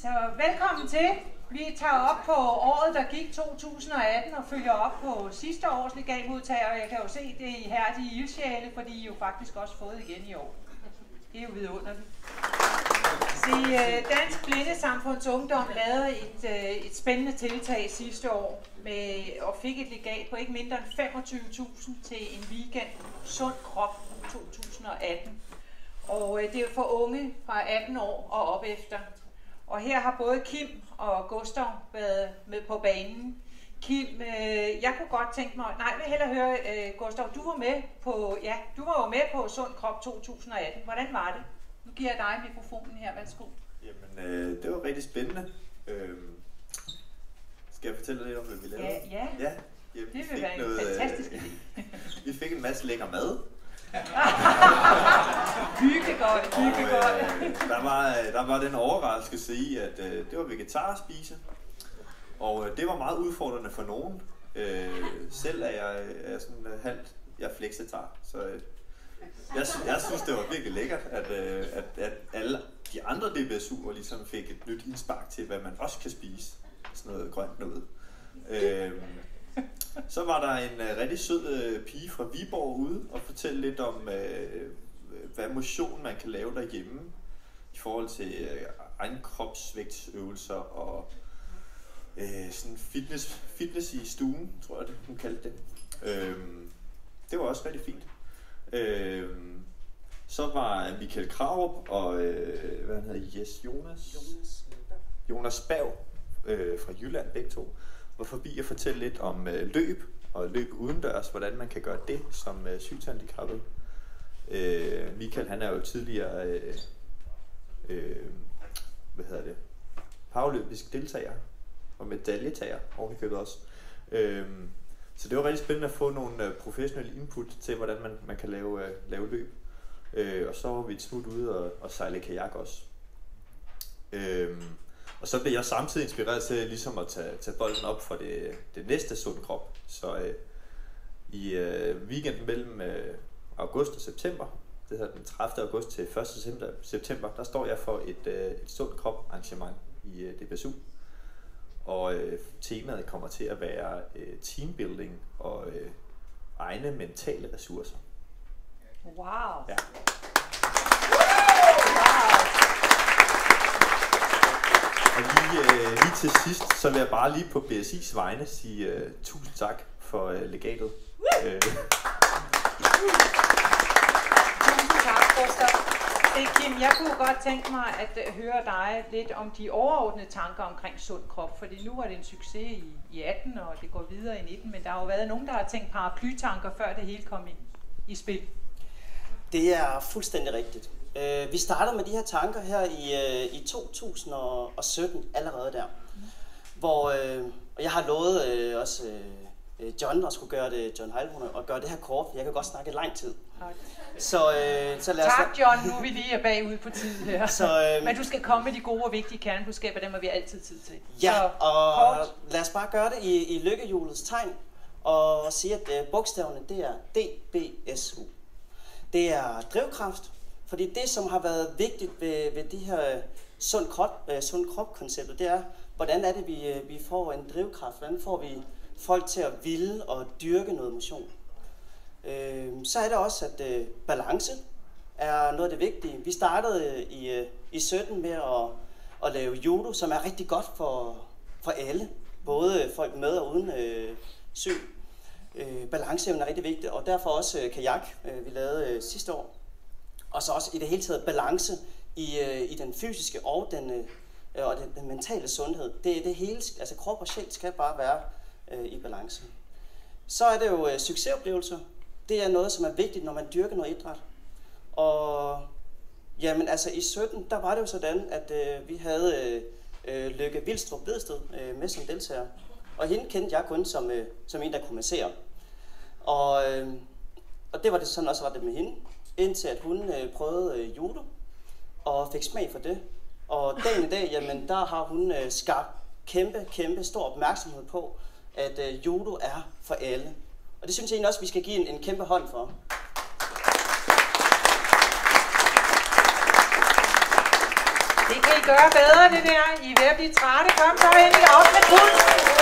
Så velkommen til. Vi tager op på året, der gik 2018 og følger op på sidste års legatmodtagere. Jeg kan jo se det ihærdige ildsjæle, fordi I jo faktisk også fået igen i år. Det er jo vidunderligt. Dansk Blindesamfunds Ungdom lavede et spændende tiltag sidste år og fik et legat på ikke mindre end 25.000 til en weekend Sund Krop 2018. Og det er for unge fra 18 år og op efter. Og her har både Kim og Gustav været med på banen. Kim, jeg kunne godt tænke mig, jeg vil hellere høre, Gustav, du var jo med på Sund Krop 2018. Hvordan var det? Nu giver jeg dig mikrofonen her, værsgo. Jamen, det var rigtig spændende. Skal jeg fortælle lidt om, hvad vi lavede? Ja. Jamen, det vil være en fantastisk idé. Vi fik en masse lækker mad. Hyggegodt. Der var den overraskelse i, at det var vegetarspise. Og det var meget udfordrende for nogen. Selv er jeg sådan halvt, jeg er flexetar. Så jeg synes, det var virkelig lækkert, at alle de andre DBSU'er ligesom fik et nyt indspark til, hvad man også kan spise. Sådan noget grønt noget. Så var der en rigtig sød pige fra Viborg ude og fortælle lidt om, hvad motion man kan lave derhjemme i forhold til egen kropsvægtsøvelser og sådan fitness i stuen, tror jeg det hun kaldte det. Det var også rigtig fint. Så var Michael Krarup og hvad han hedder, Jonas Berg fra Jylland, begge to, var forbi at fortælle lidt om løb og løb udendørs, hvordan man kan gøre det som synshandicappet. Michael, han er jo tidligere paralympisk deltager og medaljetager ovenikøbet også. Så det var rigtig spændende at få nogle professionelle input til, hvordan man kan lave løb. Og så var vi et smut ude og sejle kajak også. Og så blev jeg samtidig inspireret til ligesom at tage bolden op for det næste Sund Krop. Så i weekenden mellem august og september, det hedder den 30. august til 1. september, der står jeg for et Sund Krop arrangement i DBSU. Og temaet kommer til at være teambuilding og egne mentale ressourcer. Wow! Ja. Og lige til sidst, så vil jeg bare lige på BSI's vegne sige tusind tak for legatet. Tusind tak, Gustav. Kim, jeg kunne godt tænke mig at høre dig lidt om de overordnede tanker omkring Sund Krop, fordi nu var det en succes i 18, og det går videre i 19, men der har jo været nogen, der har tænkt paraplytanker, før det hele kom i spil. Det er fuldstændig rigtigt. Vi startede med de her tanker her i 2017 allerede der, hvor jeg har lovet også John at skulle gøre det, John Heilbrunner, og gøre det her kort. Jeg kan godt snakke lang tid. Så lad os... Tak John, nu er vi lige bagud på tid her. Men du skal komme med de gode og vigtige kernebudskaber, dem har vi altid tid til. Ja, så, og kort. Lad os bare gøre det i lykkehjulets tegn, og sige, at bogstaverne det er DBSU. Det er drivkraft, fordi det, som har været vigtigt ved de her sund krop-koncepter, det er, hvordan er det, vi får en drivkraft, hvordan får vi folk til at ville og dyrke noget motion. Så er det også, at balance er noget af det vigtige. Vi startede i 17 med at lave judo, som er rigtig godt for alle, både folk med og uden syn. Balanceevnen er rigtig vigtig, og derfor også kajak, vi lavede sidste år. Og så også i det hele taget balance i den fysiske og den mentale sundhed. Det hele, altså krop og sjæl skal bare være i balance. Så er det jo succesoplevelser. Det er noget, som er vigtigt, når man dyrker noget idræt. Og jamen altså i 17, der var det jo sådan, at vi havde Lykke Vildstrup Vedsted med som deltager. Og hende kendte jeg kun som en, der kunne massere. Og det var det sådan også var det med hende, indtil at hun prøvede judo og fik smag for det. Og dagen i dag, jamen der har hun skabt kæmpe stor opmærksomhed på, at judo er for alle. Og det synes jeg egentlig også, vi skal give en kæmpe hånd for. Det kan I gøre bedre, det der. I er ved at blive trætte. Kom så hen op med puls.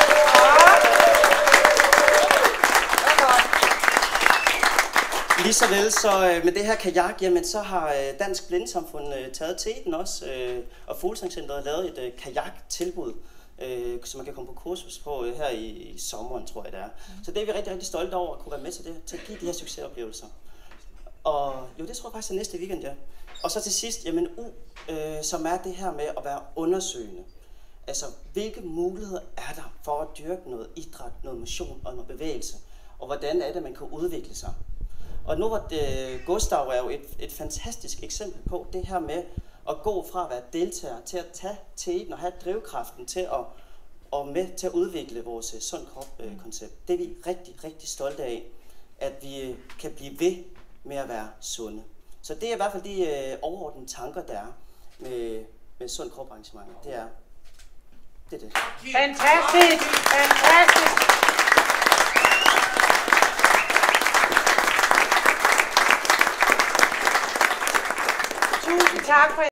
Lige så vel, så med det her kajak, jamen så har Dansk Blindesamfund taget teten også, og Fuglsangcenteret lavet et kajaktilbud, som man kan komme på kursus på her i sommeren, tror jeg det er. Så det er vi rigtig, rigtig stolte over at kunne være med til det, til at give de her succesoplevelser. Og jo, det tror jeg faktisk er næste weekend, ja. Og så til sidst, jamen som er det her med at være undersøgende. Altså, hvilke muligheder er der for at dyrke noget idræt, noget motion og noget bevægelse? Og hvordan er det, man kan udvikle sig? Og nu var det, Gustav er jo et fantastisk eksempel på det her med at gå fra at være deltager til at tage teten og have drivkraften til at udvikle vores sund krop-koncept. Det er vi rigtig, rigtig stolte af, at vi kan blive ved med at være sunde. Så det er i hvert fald de overordnede tanker, der er med sund krop-arrangementer. Det er det. Fantastisk! Fantastisk! Tusind tak for